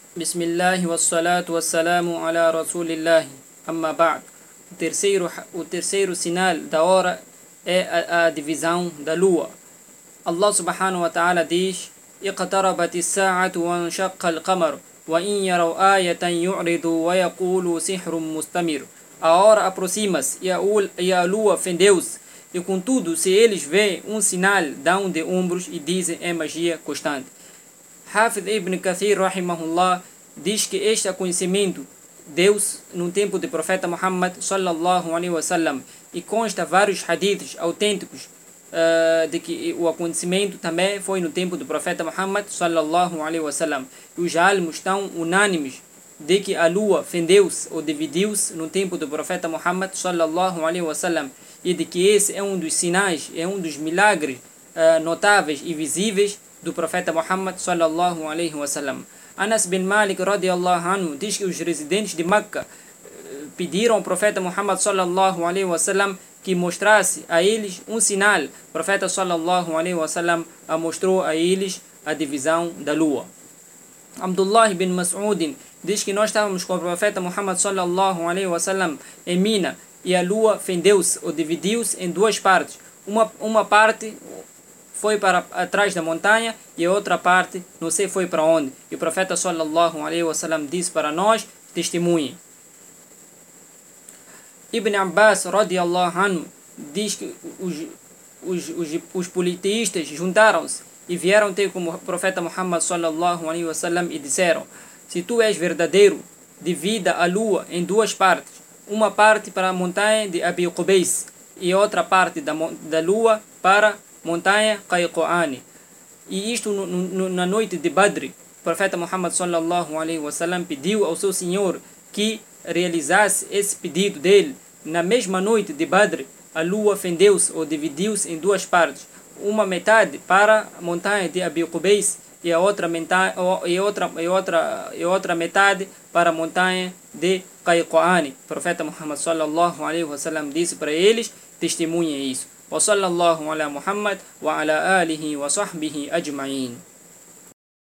Bismillah wassalatu wassalamu ala rasulillah. Amma ba'd. O terceiro sinal da hora é a divisão da lua. Allah subhanahu wa ta'ala diz: اقتربت الساعة وانشق القمر وإن يروا آية يعرضوا ويقولوا سحر مستمر. A hora aproxima-se e a lua fendeu-se. E contudo, se eles veem um sinal, dão de ombros e dizem é magia constante. Hafid ibn Kathir rahimahullah diz que este acontecimento deu-se no tempo do profeta Muhammad sallallahu alaihi wasallam e consta vários hadiths autênticos de que o acontecimento também foi no tempo do profeta Muhammad sallallahu alaihi wasallam. E os almos estão unânimes de que a lua fendeu-se ou dividiu-se no tempo do profeta Muhammad sallallahu alaihi wasallam e de que esse é um dos sinais, é um dos milagres notáveis e visíveis do profeta Muhammad sallallahu alaihi wasallam. Anas bin Malik radiallahu anhu diz que os residentes de Meca pediram ao profeta Muhammad sallallahu alaihi wasallam que mostrasse a eles um sinal. O profeta sallallahu alaihi wasallam mostrou a eles a divisão da lua. Abdullah bin Mas'ud diz que nós estávamos com o profeta Muhammad sallallahu alaihi wasallam em Mina e a lua fendeu-se ou dividiu-se em duas partes. Uma parte foi para atrás da montanha e a outra parte não sei foi para onde. E o profeta sallallahu alaihi wasallam disse para nós: testemunhem. Ibn Abbas radiallahu anhu diz que os politeístas juntaram-se e vieram ter com o profeta Muhammad sallallahu alaihi wasallam e disseram: se tu és verdadeiro, divida a lua em duas partes, uma parte para a montanha de Abi Qubais e outra parte da lua para a montanha Qayqoani. E isto na noite de Badr, o profeta Muhammad sallallahu alaihi wasallam pediu ao seu Senhor que realizasse esse pedido dele. Na mesma noite de Badr, a lua fendeu-se ou dividiu-se em duas partes, uma metade para a montanha de Abi Qubais e a outra metade para a montanha de Qayqoani. O profeta Muhammad sallallahu alaihi wasallam disse para eles: testemunhem isso. Wa sallallahu ala Muhammad wa ala alihi wa sahbihi ajma'in.